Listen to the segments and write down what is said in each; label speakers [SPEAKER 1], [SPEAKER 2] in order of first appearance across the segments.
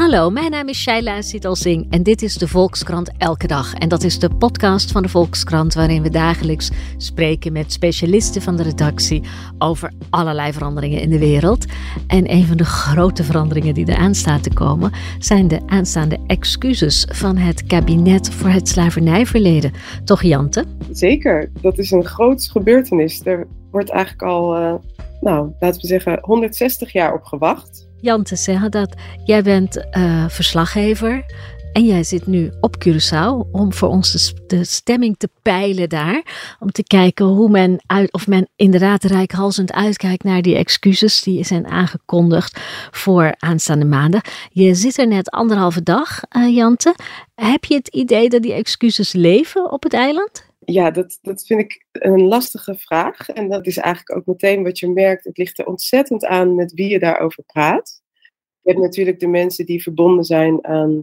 [SPEAKER 1] Hallo, mijn naam is Shaila Sitalsingh en dit is de Volkskrant Elke Dag. En dat is de podcast van de Volkskrant waarin we dagelijks spreken met specialisten van de redactie over allerlei veranderingen in de wereld. En een van de grote veranderingen die eraan staat te komen zijn de aanstaande excuses van het kabinet voor het slavernijverleden. Toch, Jante?
[SPEAKER 2] Zeker, dat is een groot gebeurtenis. Er wordt eigenlijk al, laten we zeggen, 160 jaar op gewacht.
[SPEAKER 1] Jante, zeggen dat jij bent verslaggever en jij zit nu op Curaçao om voor ons de stemming te peilen daar. Om te kijken of men inderdaad reikhalzend uitkijkt naar die excuses die zijn aangekondigd voor aanstaande maandag. Je zit er net 1,5 dag, Jante. Heb je het idee dat die excuses leven op het eiland?
[SPEAKER 2] Ja, dat vind ik een lastige vraag. En dat is eigenlijk ook meteen wat je merkt. Het ligt er ontzettend aan met wie je daarover praat. Je hebt natuurlijk de mensen die verbonden zijn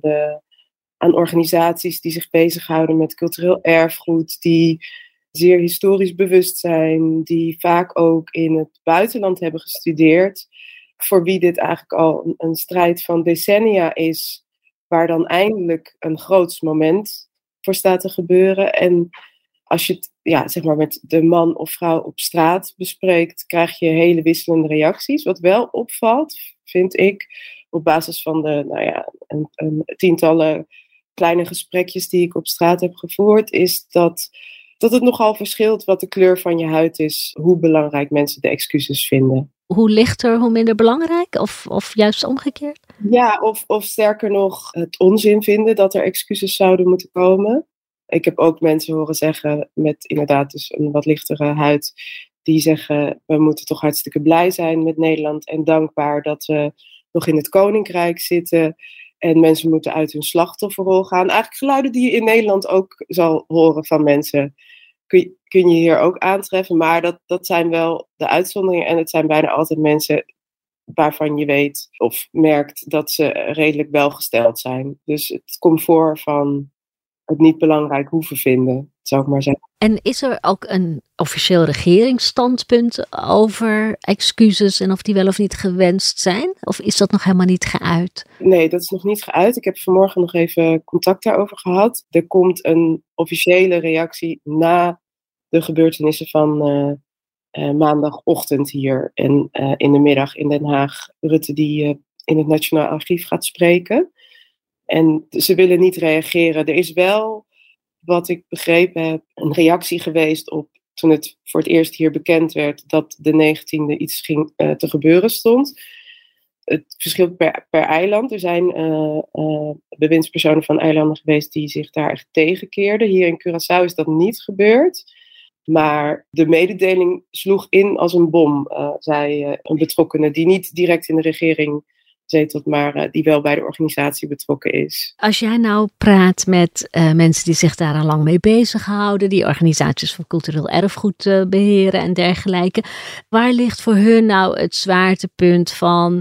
[SPEAKER 2] aan organisaties die zich bezighouden met cultureel erfgoed, die zeer historisch bewust zijn, die vaak ook in het buitenland hebben gestudeerd, voor wie dit eigenlijk al een strijd van decennia is, waar dan eindelijk een groots moment voor staat te gebeuren. En als je het met de man of vrouw op straat bespreekt, krijg je hele wisselende reacties. Wat wel opvalt, vind ik, op basis van de tientallen kleine gesprekjes die ik op straat heb gevoerd, is dat het nogal verschilt wat de kleur van je huid is, hoe belangrijk mensen de excuses vinden.
[SPEAKER 1] Hoe lichter, hoe minder belangrijk? Of juist omgekeerd?
[SPEAKER 2] Ja, of sterker nog, het onzin vinden dat er excuses zouden moeten komen. Ik heb ook mensen horen zeggen met inderdaad dus een wat lichtere huid, die zeggen, we moeten toch hartstikke blij zijn met Nederland en dankbaar dat we nog in het Koninkrijk zitten. En mensen moeten uit hun slachtofferrol gaan. Eigenlijk geluiden die je in Nederland ook zal horen van mensen, kun je hier ook aantreffen. Maar dat zijn wel de uitzonderingen. En het zijn bijna altijd mensen waarvan je weet of merkt dat ze redelijk welgesteld zijn. Dus het comfort van het niet belangrijk hoeven vinden, zou ik maar zeggen.
[SPEAKER 1] En is er ook een officieel regeringsstandpunt over excuses en of die wel of niet gewenst zijn? Of is dat nog helemaal niet geuit?
[SPEAKER 2] Nee, dat is nog niet geuit. Ik heb vanmorgen nog even contact daarover gehad. Er komt een officiële reactie na de gebeurtenissen van maandagochtend hier en in de middag in Den Haag. Rutte die in het Nationaal Archief gaat spreken. En ze willen niet reageren. Er is wel, wat ik begrepen heb, een reactie geweest op toen het voor het eerst hier bekend werd dat de 19e iets ging te gebeuren stond. Het verschilt per eiland. Er zijn bewindspersonen van eilanden geweest die zich daar echt tegenkeerden. Hier in Curaçao is dat niet gebeurd. Maar de mededeling sloeg in als een bom, zei een betrokkene die niet direct in de regering zetelt, maar die wel bij de organisatie betrokken is.
[SPEAKER 1] Als jij nou praat met mensen die zich daar al lang mee bezighouden, die organisaties voor cultureel erfgoed beheren en dergelijke, waar ligt voor hun nou het zwaartepunt van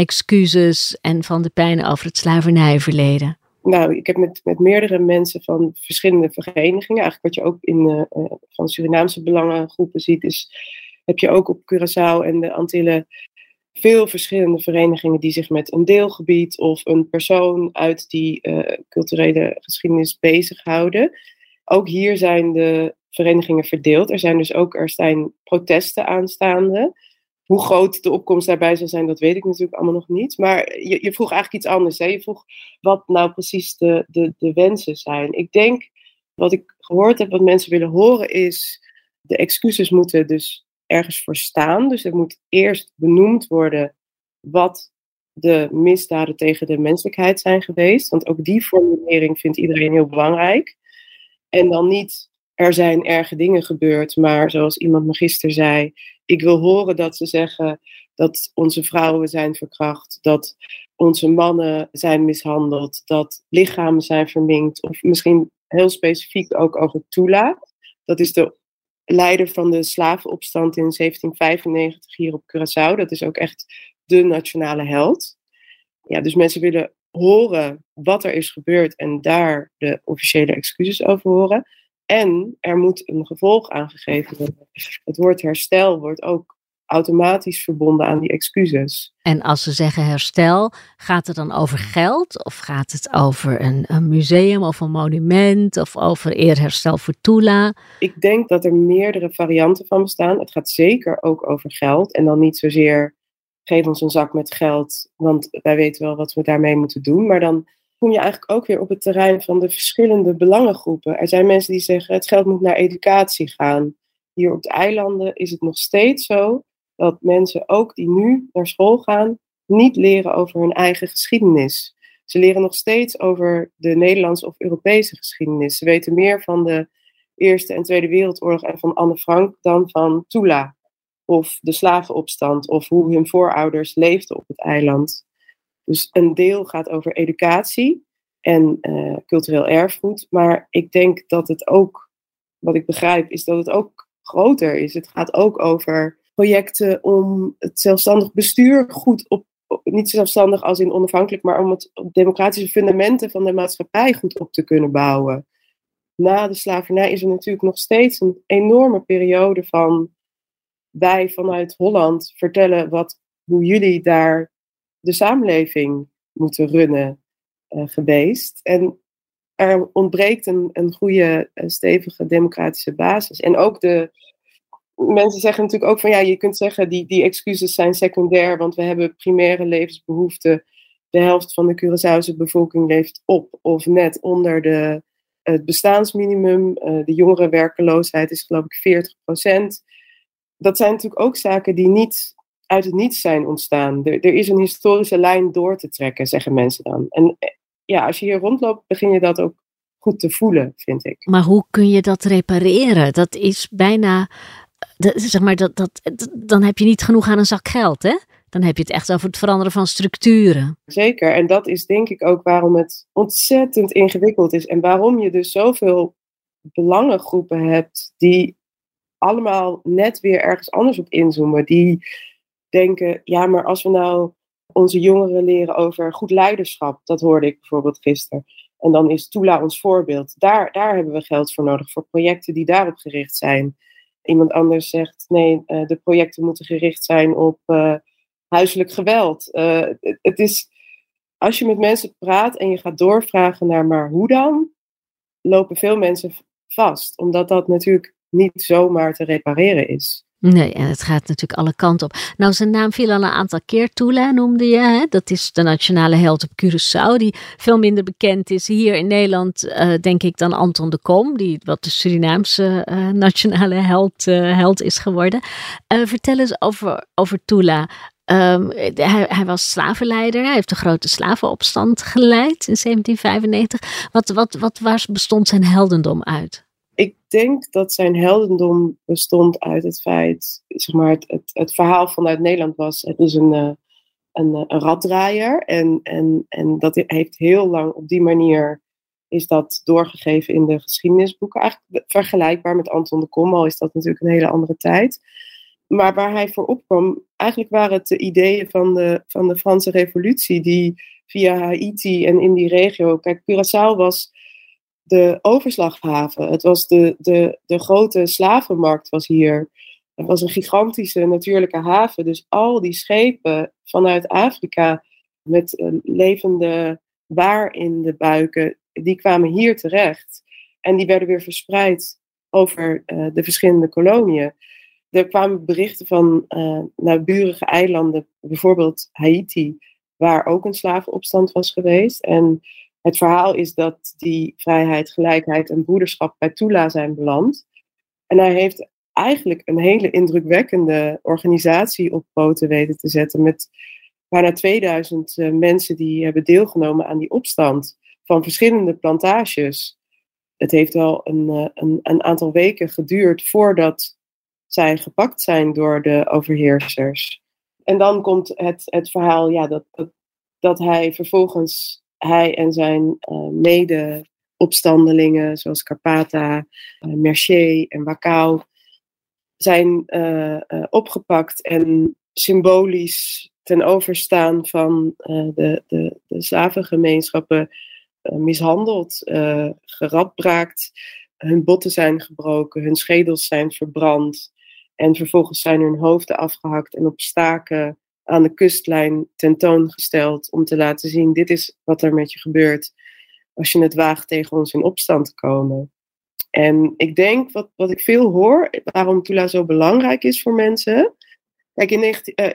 [SPEAKER 1] excuses en van de pijn over het slavernijverleden?
[SPEAKER 2] Nou, ik heb met meerdere mensen van verschillende verenigingen, eigenlijk wat je ook van Surinaamse belangengroepen ziet, heb je ook op Curaçao en de Antillen veel verschillende verenigingen die zich met een deelgebied of een persoon uit die culturele geschiedenis bezighouden. Ook hier zijn de verenigingen verdeeld. Er zijn protesten aanstaande. Hoe groot de opkomst daarbij zal zijn, dat weet ik natuurlijk allemaal nog niet. Maar je vroeg eigenlijk iets anders. Hè? Je vroeg wat nou precies de wensen zijn. Ik denk, wat ik gehoord heb, wat mensen willen horen is, de excuses moeten dus ergens voor staan. Dus er moet eerst benoemd worden wat de misdaden tegen de menselijkheid zijn geweest. Want ook die formulering vindt iedereen heel belangrijk. En dan niet, er zijn erge dingen gebeurd, maar zoals iemand me gisteren zei, ik wil horen dat ze zeggen dat onze vrouwen zijn verkracht, dat onze mannen zijn mishandeld, dat lichamen zijn verminkt, of misschien heel specifiek ook over Tula. Dat is de leider van de slavenopstand in 1795 hier op Curaçao. Dat is ook echt de nationale held. Ja, dus mensen willen horen wat er is gebeurd en daar de officiële excuses over horen. En er moet een gevolg aangegeven worden. Het woord herstel wordt ook automatisch verbonden aan die excuses.
[SPEAKER 1] En als ze zeggen herstel, gaat het dan over geld? Of gaat het over een museum of een monument? Of over eerherstel voor Tula?
[SPEAKER 2] Ik denk dat er meerdere varianten van bestaan. Het gaat zeker ook over geld. En dan niet zozeer geef ons een zak met geld, want wij weten wel wat we daarmee moeten doen. Maar dan kom je eigenlijk ook weer op het terrein van de verschillende belangengroepen. Er zijn mensen die zeggen het geld moet naar educatie gaan. Hier op de eilanden is het nog steeds zo dat mensen ook die nu naar school gaan niet leren over hun eigen geschiedenis. Ze leren nog steeds over de Nederlandse of Europese geschiedenis. Ze weten meer van de Eerste en Tweede Wereldoorlog en van Anne Frank dan van Tula of de slavenopstand of hoe hun voorouders leefden op het eiland. Dus een deel gaat over educatie en cultureel erfgoed. Maar ik denk dat het ook, wat ik begrijp, is dat het ook groter is. Het gaat ook over projecten om het zelfstandig bestuur goed niet zelfstandig als in onafhankelijk, maar om het democratische fundamenten van de maatschappij goed op te kunnen bouwen. Na de slavernij is er natuurlijk nog steeds een enorme periode van wij vanuit Holland vertellen hoe jullie daar de samenleving moeten runnen geweest. En er ontbreekt een goede, stevige democratische basis. En ook mensen zeggen natuurlijk ook van ja, je kunt zeggen die excuses zijn secundair, want we hebben primaire levensbehoeften. De helft van de Curaçaose bevolking leeft op of net onder het bestaansminimum. De jongerenwerkeloosheid is geloof ik 40%. Dat zijn natuurlijk ook zaken die niet uit het niets zijn ontstaan. Er is een historische lijn door te trekken, zeggen mensen dan. En ja, als je hier rondloopt, begin je dat ook goed te voelen, vind ik.
[SPEAKER 1] Maar hoe kun je dat repareren? Dat is bijna, zeg maar, dan heb je niet genoeg aan een zak geld, hè? Dan heb je het echt over het veranderen van structuren.
[SPEAKER 2] Zeker, en dat is denk ik ook waarom het ontzettend ingewikkeld is. En waarom je dus zoveel belangengroepen hebt die allemaal net weer ergens anders op inzoomen. Die denken, ja, maar als we nou onze jongeren leren over goed leiderschap, dat hoorde ik bijvoorbeeld gisteren. En dan is Tula ons voorbeeld. Daar hebben we geld voor nodig, voor projecten die daarop gericht zijn. Iemand anders zegt, nee, de projecten moeten gericht zijn op huiselijk geweld. Het is, als je met mensen praat en je gaat doorvragen naar maar hoe dan, lopen veel mensen vast. Omdat dat natuurlijk niet zomaar te repareren is.
[SPEAKER 1] Nee, en het gaat natuurlijk alle kanten op. Nou, zijn naam viel al een aantal keer. Tula noemde je. Hè? Dat is de nationale held op Curaçao. Die veel minder bekend is hier in Nederland, denk ik, dan Anton de Kom. Die wat de Surinaamse nationale held is geworden. Vertel eens over Tula. Hij was slavenleider. Hij heeft de grote slavenopstand geleid in 1795. Waar bestond zijn heldendom uit?
[SPEAKER 2] Ik denk dat zijn heldendom bestond uit het feit, zeg maar, het verhaal vanuit Nederland was, het is een raddraaier en dat heeft heel lang op die manier is dat doorgegeven in de geschiedenisboeken. Eigenlijk vergelijkbaar met Anton de Kom, al is dat natuurlijk een hele andere tijd. Maar waar hij voor opkwam, eigenlijk waren het de ideeën van de Franse Revolutie die via Haiti en in die regio, kijk, Curaçao was de overslaghaven. Het was de grote slavenmarkt was hier. Het was een gigantische natuurlijke haven. Dus al die schepen vanuit Afrika met levende waar in de buiken, die kwamen hier terecht. En die werden weer verspreid over de verschillende koloniën. Er kwamen berichten van naburige eilanden, bijvoorbeeld Haiti, waar ook een slavenopstand was geweest. En het verhaal is dat die vrijheid, gelijkheid en broederschap bij Tula zijn beland. En hij heeft eigenlijk een hele indrukwekkende organisatie op poten weten te zetten met bijna 2000 mensen die hebben deelgenomen aan die opstand van verschillende plantages. Het heeft wel een aantal weken geduurd voordat zij gepakt zijn door de overheersers. En dan komt het verhaal dat hij vervolgens, hij en zijn mede-opstandelingen, zoals Carpata, Mercier en Wakau, zijn opgepakt en symbolisch ten overstaan van de slavengemeenschappen mishandeld, geradbraakt. Hun botten zijn gebroken, hun schedels zijn verbrand. En vervolgens zijn hun hoofden afgehakt en op staken aan de kustlijn tentoongesteld om te laten zien, dit is wat er met je gebeurt als je het waagt tegen ons in opstand te komen. En ik denk, wat ik veel hoor, waarom Tula zo belangrijk is voor mensen. Kijk, in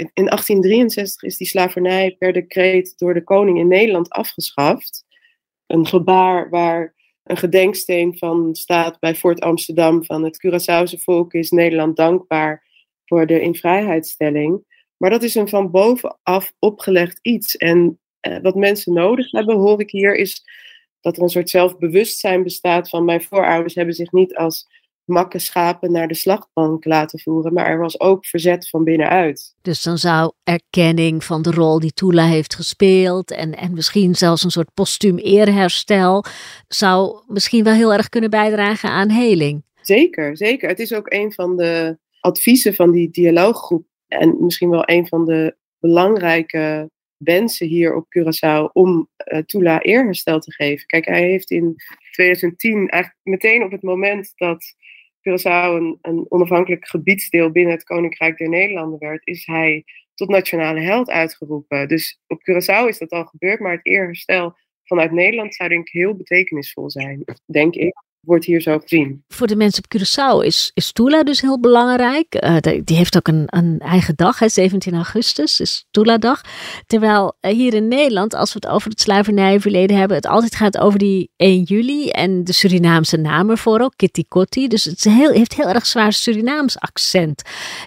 [SPEAKER 2] 1863 is die slavernij per decreet door de koning in Nederland afgeschaft. Een gebaar waar een gedenksteen van staat bij Fort Amsterdam van het Curaçaose volk is Nederland dankbaar voor de invrijheidstelling. Maar dat is een van bovenaf opgelegd iets. En wat mensen nodig hebben, hoor ik hier, is dat er een soort zelfbewustzijn bestaat van mijn voorouders hebben zich niet als makke schapen naar de slachtbank laten voeren, maar er was ook verzet van binnenuit.
[SPEAKER 1] Dus dan zou erkenning van de rol die Tula heeft gespeeld en misschien zelfs een soort postuum eerherstel zou misschien wel heel erg kunnen bijdragen aan heling.
[SPEAKER 2] Zeker, zeker. Het is ook een van de adviezen van die dialooggroep en misschien wel een van de belangrijke wensen hier op Curaçao om Tula eerherstel te geven. Kijk, hij heeft in 2010, eigenlijk meteen op het moment dat Curaçao een onafhankelijk gebiedsdeel binnen het Koninkrijk der Nederlanden werd, is hij tot nationale held uitgeroepen. Dus op Curaçao is dat al gebeurd, maar het eerherstel vanuit Nederland zou denk ik heel betekenisvol zijn, denk ik. Wordt hier zo gezien.
[SPEAKER 1] Voor de mensen op Curaçao is Tula dus heel belangrijk. Die heeft ook een eigen dag, 17 augustus is Tula-dag. Terwijl hier in Nederland, als we het over het slavernijverleden hebben, het altijd gaat over die 1 juli en de Surinaamse namen voor ook, Kitty Kotti. Dus het heeft heel erg zwaar Surinaams accent.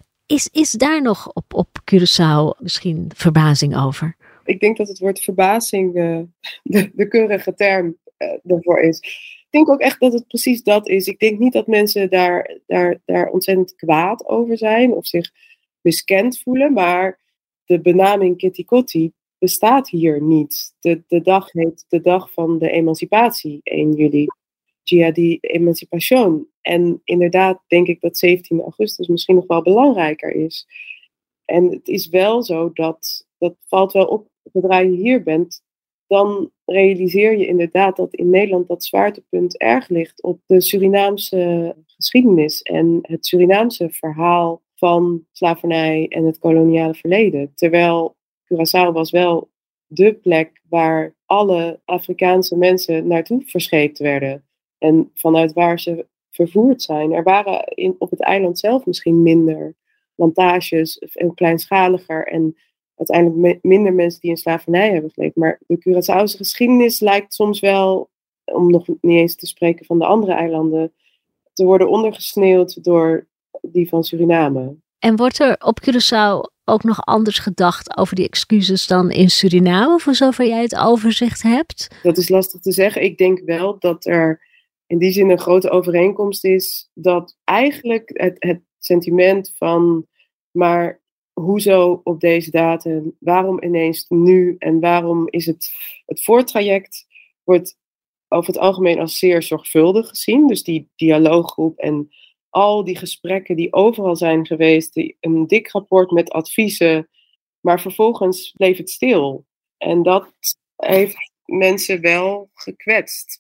[SPEAKER 1] Is daar nog op Curaçao misschien verbazing over?
[SPEAKER 2] Ik denk dat het woord verbazing de keurige term daarvoor is. Ik denk ook echt dat het precies dat is. Ik denk niet dat mensen daar ontzettend kwaad over zijn of zich miskend voelen, maar de benaming Kitty Kotti bestaat hier niet. De dag heet de dag van de emancipatie, 1 juli. Dia di Emancipation. En inderdaad denk ik dat 17 augustus misschien nog wel belangrijker is. En het is wel zo dat valt wel op, zodra je hier bent, dan realiseer je inderdaad dat in Nederland dat zwaartepunt erg ligt op de Surinaamse geschiedenis en het Surinaamse verhaal van slavernij en het koloniale verleden. Terwijl Curaçao was wel de plek waar alle Afrikaanse mensen naartoe verscheept werden en vanuit waar ze vervoerd zijn. Er waren op het eiland zelf misschien minder plantages, veel kleinschaliger en uiteindelijk minder mensen die in slavernij hebben geleefd. Maar de Curaçaose geschiedenis lijkt soms wel, om nog niet eens te spreken van de andere eilanden, te worden ondergesneeuwd door die van Suriname.
[SPEAKER 1] En wordt er op Curaçao ook nog anders gedacht over die excuses dan in Suriname, voor zover jij het overzicht hebt?
[SPEAKER 2] Dat is lastig te zeggen. Ik denk wel dat er in die zin een grote overeenkomst is dat eigenlijk het sentiment van, maar hoezo op deze datum, waarom ineens nu en waarom is het voortraject, wordt over het algemeen als zeer zorgvuldig gezien. Dus die dialooggroep en al die gesprekken die overal zijn geweest, een dik rapport met adviezen, maar vervolgens bleef het stil. En dat heeft mensen wel gekwetst.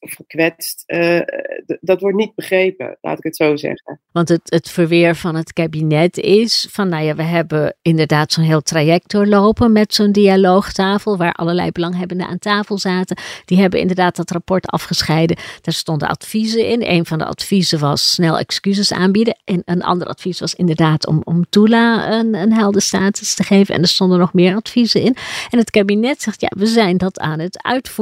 [SPEAKER 2] Dat wordt niet begrepen, laat ik het zo zeggen.
[SPEAKER 1] Want het verweer van het kabinet is van, nou ja, we hebben inderdaad zo'n heel traject doorlopen met zo'n dialoogtafel, waar allerlei belanghebbenden aan tafel zaten. Die hebben inderdaad dat rapport afgescheiden. Daar stonden adviezen in. Een van de adviezen was snel excuses aanbieden. En een ander advies was inderdaad om Tula een heldenstatus te geven. En er stonden nog meer adviezen in. En het kabinet zegt, ja, we zijn dat aan het uitvoeren.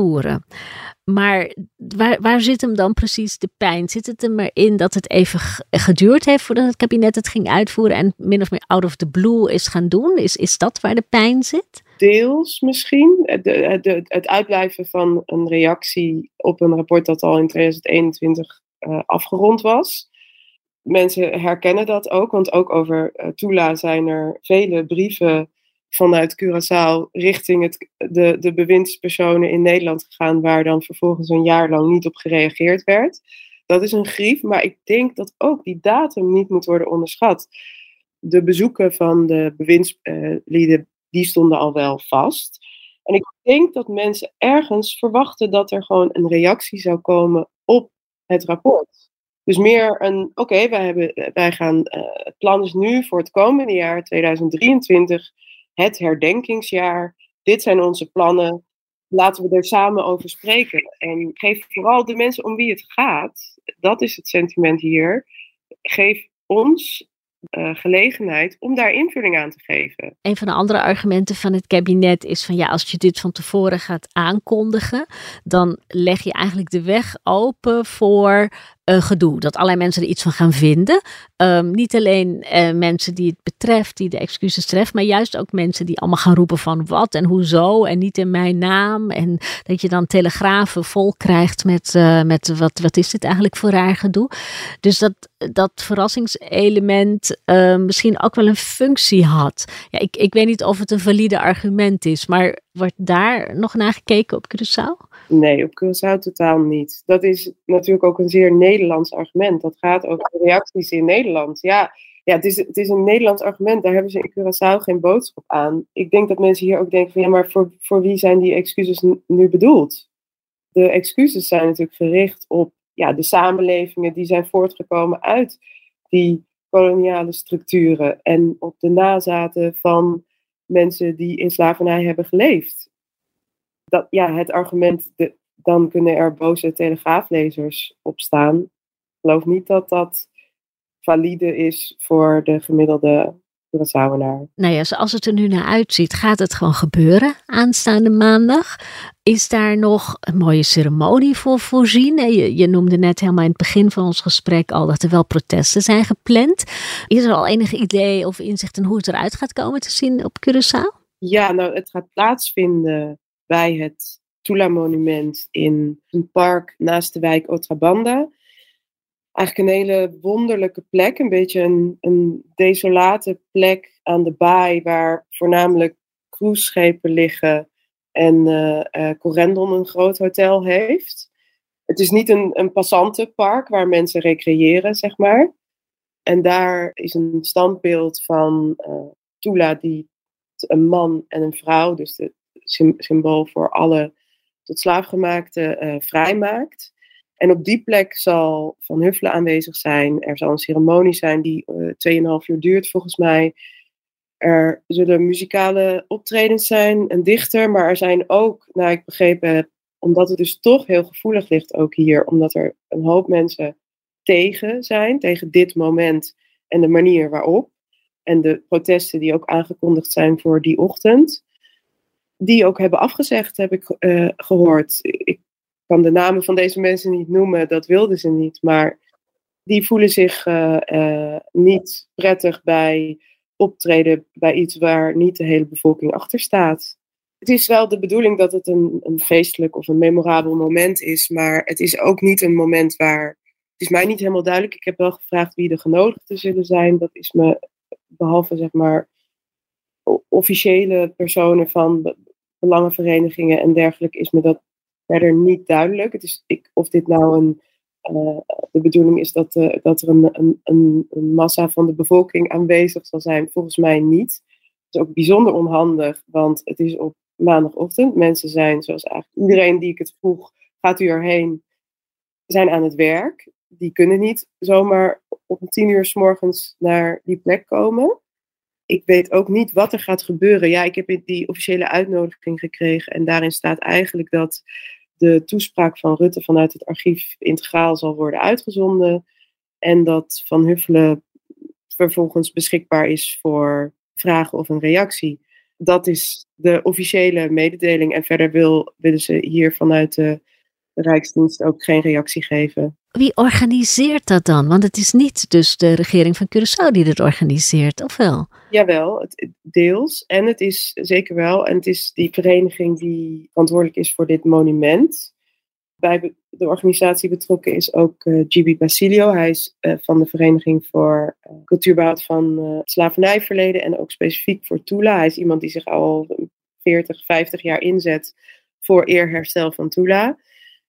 [SPEAKER 1] Maar waar zit hem dan precies de pijn? Zit het er in dat het even geduurd heeft voordat het kabinet het ging uitvoeren en min of meer out of the blue is gaan doen? Is dat waar de pijn zit?
[SPEAKER 2] Deels misschien. Het uitblijven van een reactie op een rapport dat al in 2021 afgerond was. Mensen herkennen dat ook, want ook over Tula zijn er vele brieven vanuit Curaçao richting de bewindspersonen in Nederland gegaan, waar dan vervolgens een jaar lang niet op gereageerd werd. Dat is een grief, maar ik denk dat ook die datum niet moet worden onderschat. De bezoeken van de bewindslieden, die stonden al wel vast. En ik denk dat mensen ergens verwachten dat er gewoon een reactie zou komen op het rapport. Dus meer het plan is nu voor het komende jaar, 2023, het herdenkingsjaar. Dit zijn onze plannen. Laten we er samen over spreken. En geef vooral de mensen om wie het gaat, dat is het sentiment hier, geef ons gelegenheid om daar invulling aan te geven.
[SPEAKER 1] Een van de andere argumenten van het kabinet is van als je dit van tevoren gaat aankondigen, dan leg je eigenlijk de weg open voor gedoe. Dat allerlei mensen er iets van gaan vinden. Niet alleen mensen die het betreft, die de excuses treft, maar juist ook mensen die allemaal gaan roepen van wat en hoezo en niet in mijn naam. En dat je dan telegrafen vol krijgt met wat is dit eigenlijk voor raar gedoe. Dus dat verrassingselement misschien ook wel een functie had. Ja, ik weet niet of het een valide argument is, maar wordt daar nog naar gekeken op Curaçao?
[SPEAKER 2] Nee, op Curaçao totaal niet. Dat is natuurlijk ook een zeer Nederlands argument. Dat gaat over de reacties in Nederland. Ja, het is een Nederlands argument. Daar hebben ze in Curaçao geen boodschap aan. Ik denk dat mensen hier ook denken van maar voor wie zijn die excuses nu bedoeld? De excuses zijn natuurlijk gericht op de samenlevingen die zijn voortgekomen uit die koloniale structuren en op de nazaten van mensen die in slavernij hebben geleefd. Het argument, dan kunnen er boze telegraaflezers op staan. Ik geloof niet dat dat valide is voor de gemiddelde Curaçaoenaar.
[SPEAKER 1] Nou ja, zoals het er nu naar uitziet, gaat het gewoon gebeuren aanstaande maandag. Is daar nog een mooie ceremonie voor voorzien? Je noemde net helemaal in het begin van ons gesprek al dat er wel protesten zijn gepland. Is er al enig idee of inzicht in hoe het eruit gaat komen te zien op Curaçao?
[SPEAKER 2] Ja, het gaat plaatsvinden bij het Tula-monument in een park naast de wijk Otrabanda. Eigenlijk een hele wonderlijke plek, een beetje een desolate plek aan de baai waar voornamelijk cruiseschepen liggen en Corendon een groot hotel heeft. Het is niet een passantenpark waar mensen recreëren, zeg maar. En daar is een standbeeld van Tula, die een man en een vrouw, dus het symbool voor alle tot slaafgemaakte vrijmaakt. En op die plek zal Van Huffelen aanwezig zijn. Er zal een ceremonie zijn die 2,5 uur duurt volgens mij. Er zullen muzikale optredens zijn, een dichter. Maar er zijn ook, ik begrepen heb, omdat het dus toch heel gevoelig ligt ook hier. Omdat er een hoop mensen tegen dit moment en de manier waarop. En de protesten die ook aangekondigd zijn voor die ochtend. Die ook hebben afgezegd, heb ik gehoord. Ik kan de namen van deze mensen niet noemen, dat wilden ze niet. Maar die voelen zich niet prettig bij optreden bij iets waar niet de hele bevolking achter staat. Het is wel de bedoeling dat het een feestelijk of een memorabel moment is. Maar het is ook niet een moment waar... Het is mij niet helemaal duidelijk. Ik heb wel gevraagd wie de genodigden zullen zijn. Dat is me, behalve zeg maar officiële personen van belangenverenigingen en dergelijke, is me dat verder niet duidelijk. Het is, of dit nou de bedoeling is dat er een massa van de bevolking aanwezig zal zijn, volgens mij niet. Het is ook bijzonder onhandig, want het is op maandagochtend. Mensen zijn, zoals eigenlijk iedereen die ik het vroeg, gaat u erheen, zijn aan het werk. Die kunnen niet zomaar om 10 uur 's morgens naar die plek komen. Ik weet ook niet wat er gaat gebeuren. Ja, ik heb die officiële uitnodiging gekregen en daarin staat eigenlijk dat de toespraak van Rutte vanuit het archief integraal zal worden uitgezonden en dat Van Huffelen vervolgens beschikbaar is voor vragen of een reactie. Dat is de officiële mededeling en verder willen ze hier vanuit de Rijksdienst ook geen reactie geven.
[SPEAKER 1] Wie organiseert dat dan? Want het is niet dus de regering van Curaçao die dit organiseert, of wel?
[SPEAKER 2] Jawel, deels. En het is zeker wel. En het is die vereniging die verantwoordelijk is voor dit monument. Bij de organisatie betrokken is ook Gibi Basilio. Hij is van de Vereniging voor Cultuurbehoud van het Slavernijverleden en ook specifiek voor Tula. Hij is iemand die zich al 40, 50 jaar inzet voor eerherstel van Tula.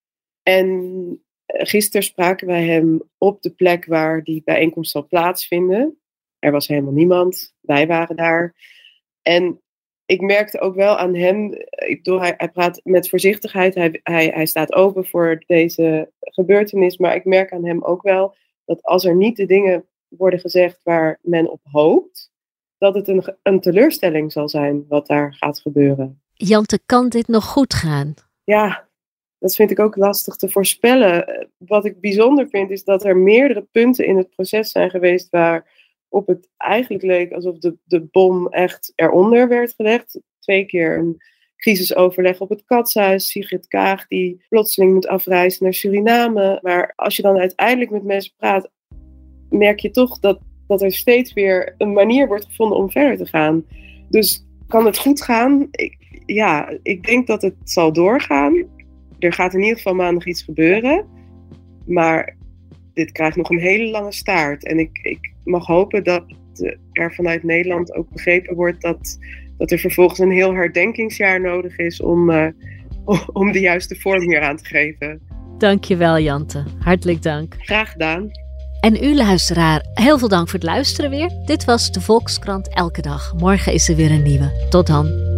[SPEAKER 2] En gisteren spraken wij hem op de plek waar die bijeenkomst zal plaatsvinden. Er was helemaal niemand. Wij waren daar. En ik merkte ook wel aan hem, hij praat met voorzichtigheid. Hij staat open voor deze gebeurtenis. Maar ik merk aan hem ook wel dat als er niet de dingen worden gezegd waar men op hoopt, dat het een teleurstelling zal zijn wat daar gaat gebeuren.
[SPEAKER 1] Jante, kan dit nog goed gaan?
[SPEAKER 2] Ja, dat vind ik ook lastig te voorspellen. Wat ik bijzonder vind is dat er meerdere punten in het proces zijn geweest waarop het eigenlijk leek alsof de bom echt eronder werd gelegd. 2 keer een crisisoverleg op het Katshuis, Sigrid Kaag die plotseling moet afreizen naar Suriname. Maar als je dan uiteindelijk met mensen praat, merk je toch dat er steeds weer een manier wordt gevonden om verder te gaan. Dus kan het goed gaan? Ik denk dat het zal doorgaan. Er gaat in ieder geval maandag iets gebeuren. Maar dit krijgt nog een hele lange staart. En ik mag hopen dat er vanuit Nederland ook begrepen wordt dat er vervolgens een heel herdenkingsjaar nodig is om de juiste vorm hier aan te geven.
[SPEAKER 1] Dankjewel, Jante. Hartelijk dank.
[SPEAKER 2] Graag gedaan.
[SPEAKER 1] En u luisteraar, heel veel dank voor het luisteren weer. Dit was de Volkskrant Elke Dag. Morgen is er weer een nieuwe. Tot dan.